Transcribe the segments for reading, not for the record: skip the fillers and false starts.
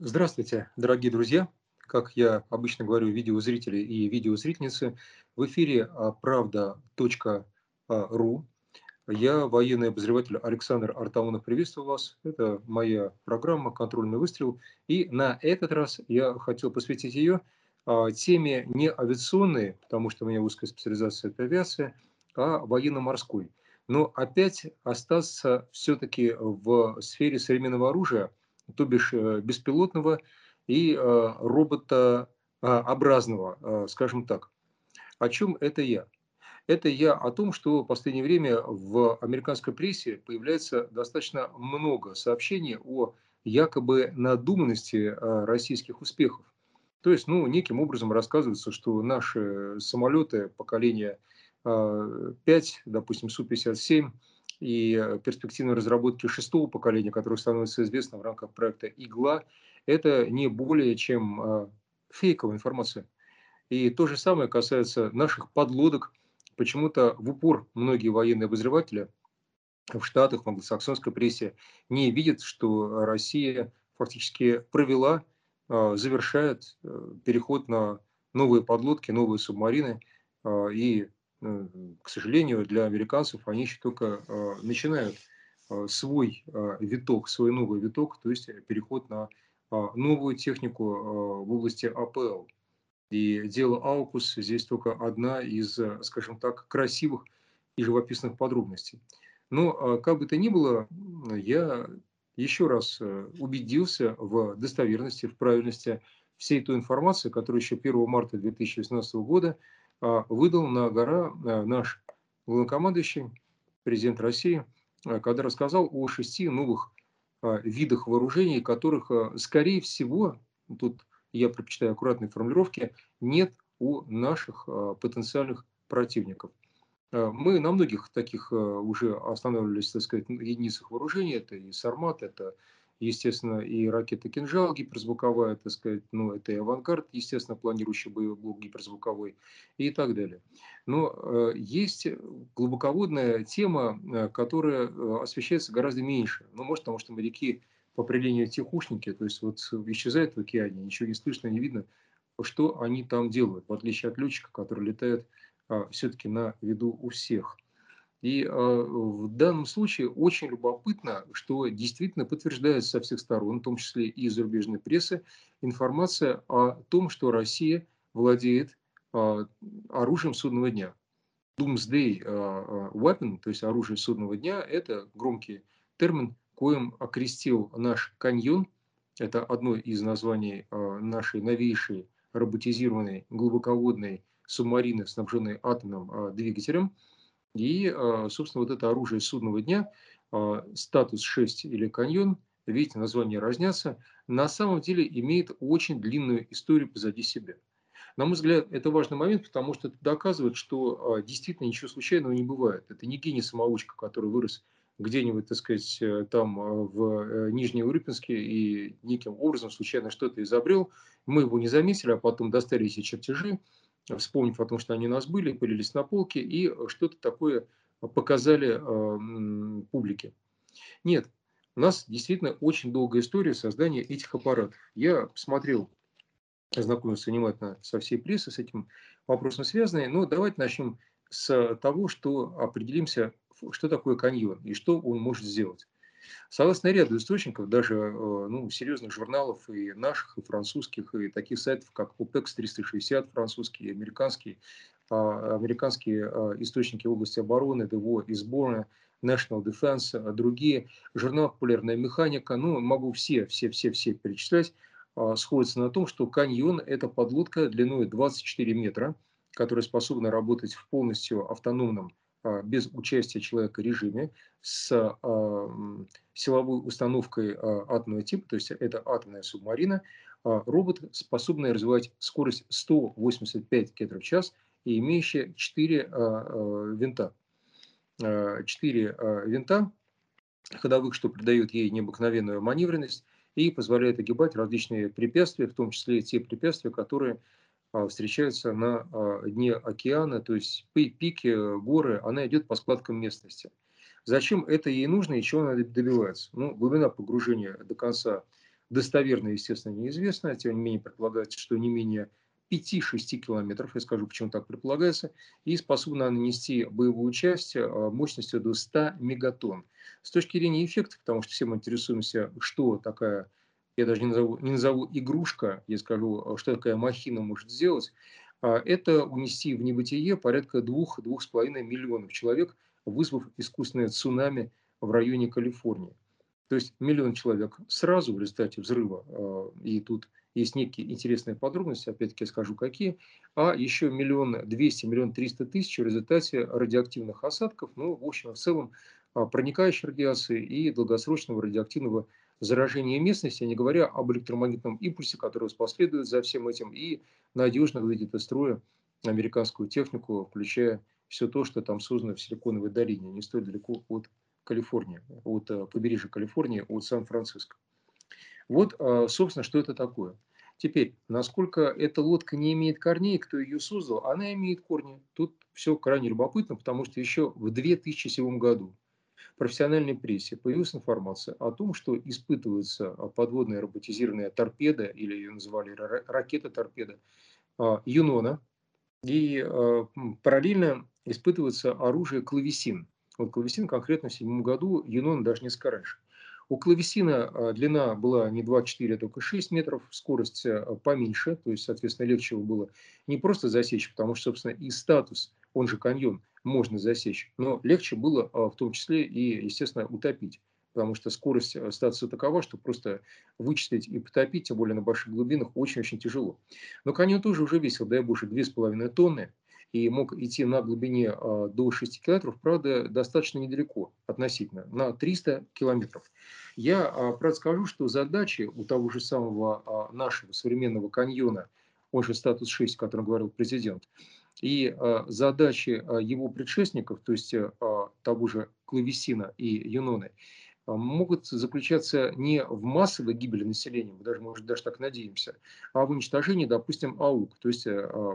Здравствуйте, дорогие друзья! Как я обычно говорю видеозрители и видеозрительницы, в эфире правда.ру. Я военный обозреватель Александр Артамонов. Приветствую вас. Это моя программа «Контрольный выстрел». И на этот раз я хотел посвятить ее теме не авиационной, потому что у меня узкая специализация – это авиация, а военно-морской. Но опять остаться все-таки в сфере современного оружия, то бишь беспилотного и роботообразного, скажем так. О чем это я? Это я о том, что в последнее время в американской прессе появляется достаточно много сообщений о якобы надуманности российских успехов. То есть, ну, неким образом рассказывается, что наши самолеты поколения 5, допустим, Су-57 и перспективной разработки шестого поколения, которое становится известно в рамках проекта «Игла», это не более чем фейковая информация. И то же самое касается наших подлодок. Почему-то в упор многие военные обозреватели в Штатах, в англосаксонской прессе не видят, что Россия фактически провела, завершает переход на новые подлодки, новые субмарины. И, к сожалению, для американцев они еще только начинают свой виток, свой новый виток, то есть переход на новую технику в области АПЛ. И дело Аукус здесь только одна из, скажем так, красивых и живописных подробностей. Но как бы то ни было, я еще раз убедился в достоверности, в правильности всей той информации, которую еще 1 марта 2018 года выдал на гора наш главнокомандующий, президент России, когда рассказал о 6 новых видах вооружений, которых, скорее всего, тут я предпочитаю аккуратные формулировки, нет у наших потенциальных противников. Мы на многих таких уже останавливались, так сказать, единицах вооружения. Это и «Сармат», это, естественно, и ракета «Кинжал» гиперзвуковая, так сказать, ну, это и «Авангард», естественно, планирующий боевой блок гиперзвуковой и так далее. Но есть глубоководная тема, которая освещается гораздо меньше. Ну, может, потому что моряки по определению тихушники, то есть вот исчезают в океане, ничего не слышно, не видно, что они там делают, в отличие от летчика, который летает все-таки на виду у всех. И в данном случае очень любопытно, что действительно подтверждается со всех сторон, в том числе и из зарубежной прессы, информация о том, что Россия владеет оружием судного дня. Doomsday Weapon, то есть оружие судного дня, это громкий термин, коим окрестил наш каньон. Это одно из названий нашей новейшей роботизированной глубоководной субмарины, снабженной атомным двигателем. И, собственно, вот это оружие судного дня, статус 6 или каньон, видите, названия разнятся, на самом деле имеет очень длинную историю позади себя. На мой взгляд, это важный момент, потому что это доказывает, что действительно ничего случайного не бывает. Это не гений-самоучка, который вырос где-нибудь, так сказать, там в Нижнеурюпинске и неким образом случайно что-то изобрел. Мы его не заметили, а потом достали эти чертежи, вспомнив о том, что они у нас были, пылились на полке и что-то такое показали публике. Нет, у нас действительно очень долгая история создания этих аппаратов. Я посмотрел, ознакомился внимательно со всей прессой, с этим вопросом связанной. Но давайте начнем с того, что определимся, что такое каньон и что он может сделать. Согласно ряду источников, даже ну, серьезных журналов и наших, и французских, и таких сайтов, как OPEX 360, французские и американские, американские источники в области обороны, ДВО, Изборна, National Defense, другие, журнал «Популярная механика», ну, могу все перечислять, сходятся на том, что каньон – это подлодка длиной 24 метра, которая способна работать в полностью автономном, без участия человека режиме, с силовой установкой атомного типа, то есть это атомная субмарина, робот, способный развивать скорость 185 км в час и имеющий 4 винта. 4 винта ходовых, что придает ей необыкновенную маневренность и позволяет огибать различные препятствия, в том числе и те препятствия, которые встречаются на дне океана, то есть пики, горы, она идет по складкам местности. Зачем это ей нужно и чего она добивается? Ну, глубина погружения до конца достоверно, естественно, неизвестно, тем не менее предполагается, что не менее 5–6 километров, я скажу, почему так предполагается, и способна нанести боевую часть мощностью до 100 мегатонн. С точки зрения эффектов, потому что все мы интересуемся, что такая, я даже не назову игрушка, я скажу, что такая махина может сделать, это унести в небытие порядка 2–2,5 миллионов человек, вызвав искусственное цунами в районе Калифорнии. То есть миллион человек сразу в результате взрыва, и тут есть некие интересные подробности, опять-таки я скажу какие, а еще 1 200 000, 1 300 000 в результате радиоактивных осадков, ну, в общем, в целом проникающей радиации и долгосрочного радиоактивного заражения местности, не говоря об электромагнитном импульсе, который последует за всем этим, и надежно выведет из строя американскую технику, включая все то, что там создано в Силиконовой долине, не столь далеко от Калифорнии, от побережья Калифорнии, от Сан-Франциско. Вот, собственно, что это такое. Теперь, насколько эта лодка не имеет корней, кто ее создал, она имеет корни. Тут все крайне любопытно, потому что еще в 2007 году в профессиональной прессе появилась информация о том, что испытывается подводная роботизированная торпеда, или ее называли ракета-торпеда, Юнона, и параллельно испытывается оружие клавесин. Вот клавесин конкретно в 2007 году, Юнон даже несколько раньше. У клавесина длина была не 24, а только 6 метров, скорость поменьше, то есть, соответственно, легче его было не просто засечь, потому что, собственно, и статус, он же каньон, можно засечь, но легче было в том числе и, естественно, утопить. Потому что скорость статуса такова, что просто вычислить и потопить, тем более на больших глубинах, очень-очень тяжело. Но каньон тоже уже весил, дай боже, 2,5 тонны и мог идти на глубине до 6 километров, правда, достаточно недалеко относительно, на 300 километров. Я, правда, скажу, что задачи у того же самого нашего современного каньона, он же статус-6, о котором говорил президент, и задачи его предшественников, то есть того же Клавесина и Юноны, могут заключаться не в массовой гибели населения, мы даже, может, даже так надеемся, а в уничтожении, допустим, АУК, то есть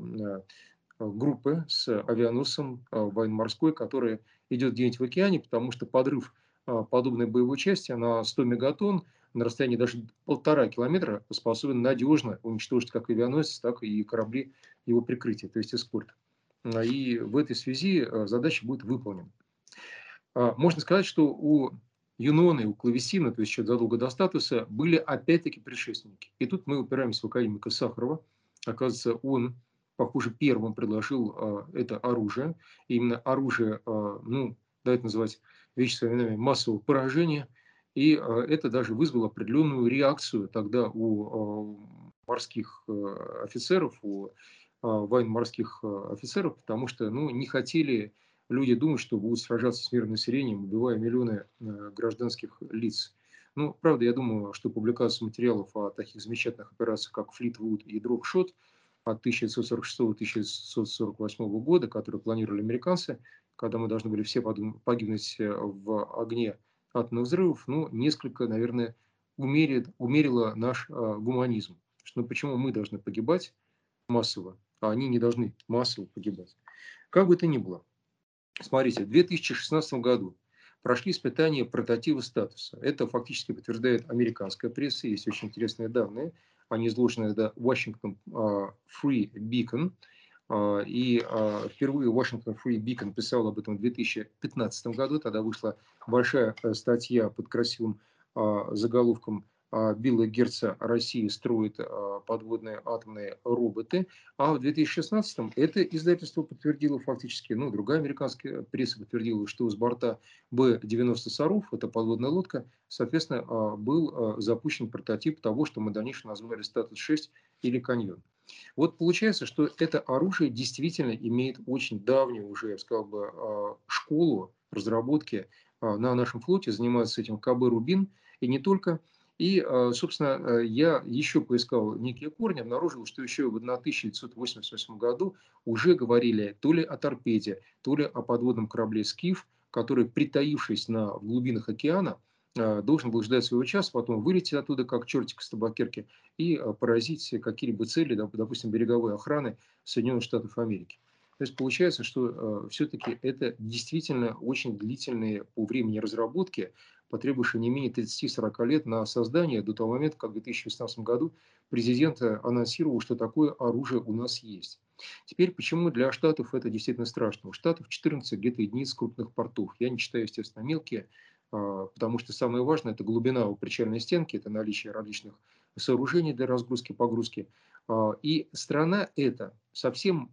группы с авианосцем военно-морской, которая идет где-нибудь в океане, потому что подрыв подобной боевой части на 100 мегатонн на расстоянии даже 1,5 километра способен надежно уничтожить как авианосец, так и корабли его прикрытия, то есть эскорт. И в этой связи задача будет выполнена. Можно сказать, что у Юноны, у Клавесина, то есть еще задолго до статуса, были опять-таки предшественники. И тут мы упираемся в академика Сахарова. Оказывается, он, похоже, первым предложил это оружие. И именно оружие, ну, давайте называть вещи своими именами, массового поражения. И это даже вызвало определенную реакцию тогда у морских офицеров, у военно-морских офицеров, потому что ну, не хотели люди думают, что будут сражаться с мирным населением, убивая миллионы гражданских лиц. Ну, правда, я думаю, что публикация материалов о таких замечательных операциях, как Флитвуд и Дропшот от 1946–1948 года, которые планировали американцы, когда мы должны были все погибнуть в огне атомных взрывов, ну, несколько, наверное, умерило наш гуманизм. Ну, почему мы должны погибать массово, а они не должны массово погибать? Как бы то ни было, смотрите, в 2016 году прошли испытания прототипа статуса. Это фактически подтверждает американская пресса. Есть очень интересные данные. Они изложены в Washington Free Beacon. И впервые Washington Free Beacon писал об этом в 2015 году. Тогда вышла большая статья под красивым заголовком Билла Герца «Россия строит подводные атомные роботы». А в 2016-м это издательство подтвердило фактически, ну, другая американская пресса подтвердила, что с борта Б-90 «Саров», это подводная лодка, соответственно, был запущен прототип того, что мы в дальнейшем назвали «Статус-6» или «Каньон». Вот получается, что это оружие действительно имеет очень давнюю уже, я бы сказал бы, школу разработки на нашем флоте, занимается этим КБ «Рубин», и не только. И, собственно, я еще поискал некие корни, обнаружил, что еще в 1988 году уже говорили то ли о торпеде, то ли о подводном корабле «Скиф», который, притаившись в глубинах океана, должен был ждать своего часа, потом вылететь оттуда, как чертик из табакерки, и поразить какие-либо цели, допустим, береговой охраны Соединенных Штатов Америки. То есть получается, что все-таки это действительно очень длительные по времени разработки, потребующие не менее 30-40 лет на создание до того момента, как в 2018 году президент анонсировал, что такое оружие у нас есть. Теперь, почему для Штатов это действительно страшно? У Штатов 14 где-то единиц крупных портов. Я не считаю, естественно, мелкие, потому что самое важное – это глубина у причальной стенки, это наличие различных сооружений для разгрузки-погрузки. И страна эта совсем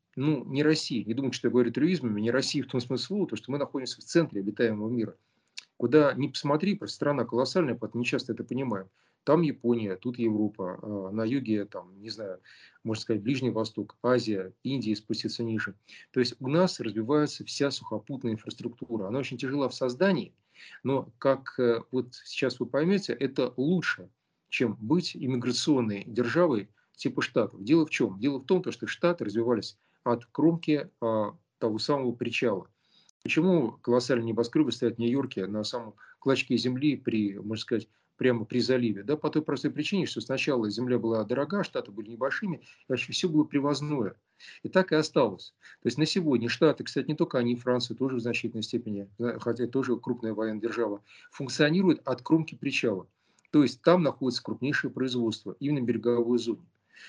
не Россия, не думайте, что я говорю терроризмом, не Россия в том смысле слова, то, что мы находимся в центре обитаемого мира. Куда ни посмотри, просто страна колоссальная, поэтому не часто это понимаем. Там Япония, тут Европа, на юге, там, не знаю, можно сказать, Ближний Восток, Азия, Индия спуститься ниже. То есть у нас развивается вся сухопутная инфраструктура. Она очень тяжела в создании, но, как вот сейчас вы поймете, это лучше, чем быть иммиграционной державой типа Штатов. Дело в чем? Дело в том, что Штаты развивались от кромки того самого причала. Почему колоссальные небоскребы стоят в Нью-Йорке на самом клочке земли при, можно сказать, прямо при заливе? Да, по той простой причине, что сначала земля была дорога, штаты были небольшими, и вообще все было привозное. И так и осталось. То есть на сегодня штаты, кстати, не только они, Франция тоже в значительной степени, хотя тоже крупная военная держава, функционируют от кромки причала. То есть там находится крупнейшее производство, именно в береговой зоне.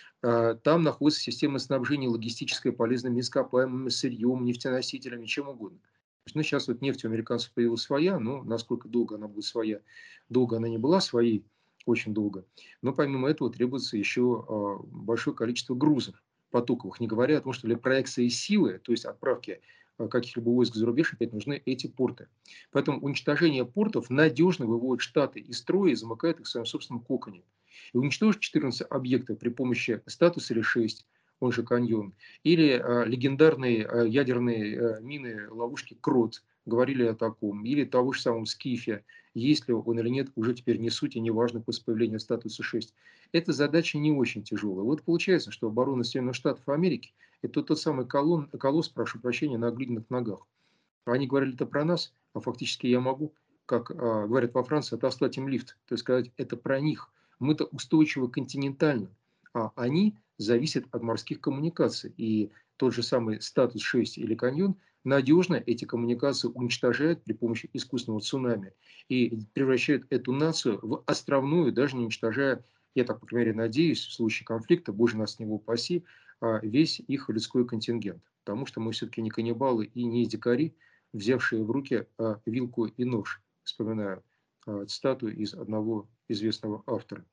Там находится система снабжения логистическая полезными ископаемыми, сырьем, нефтеносителями, чем угодно. Ну, сейчас вот нефть у американцев появилась своя, но насколько долго она будет своя? Долго она не была своей, очень долго. Но помимо этого требуется еще большое количество грузов потоковых, не говоря о том, что для проекции силы, то есть отправки каких-либо войск за рубеж, опять нужны эти порты. Поэтому уничтожение портов надежно выводит Штаты из строя и замыкает их в своем собственном коконе. И уничтожить 14 объектов при помощи статуса или 6, он же каньон, или легендарные ядерные мины ловушки Крот, говорили о таком, или того же самого Скифия, есть ли он или нет, уже теперь не суть и не важно после появления статуса 6. Эта задача не очень тяжелая. Вот получается, что оборона Соединенных Штатов Америки – это тот самый колосс, прошу прощения, на глиняных ногах. Они говорили это про нас, а фактически я могу, как говорят во Франции, отослать им лифт. То есть сказать, это про них. Мы-то устойчивы континентально, а они зависят от морских коммуникаций. И тот же самый статус 6 или каньон надежно эти коммуникации уничтожает при помощи искусственного цунами и превращает эту нацию в островную, даже не уничтожая, я так, по крайней мере, надеюсь, в случае конфликта, боже нас с него упаси, весь их людской контингент. Потому что мы все-таки не каннибалы и не дикари, взявшие в руки вилку и нож, вспоминаю цитату из одного известного автора.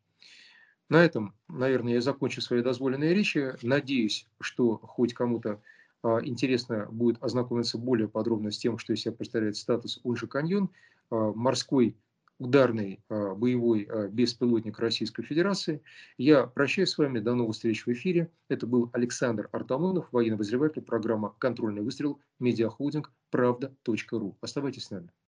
На этом, наверное, я закончу свои дозволенные речи. Надеюсь, что хоть кому-то интересно будет ознакомиться более подробно с тем, что из себя представляет статус Ульжи Каньон, морской ударный боевой беспилотник Российской Федерации. Я прощаюсь с вами. До новых встреч в эфире. Это был Александр Артамонов, военный обозреватель, программа «Контрольный выстрел», медиахолдинг «Правда.ру». Оставайтесь с нами.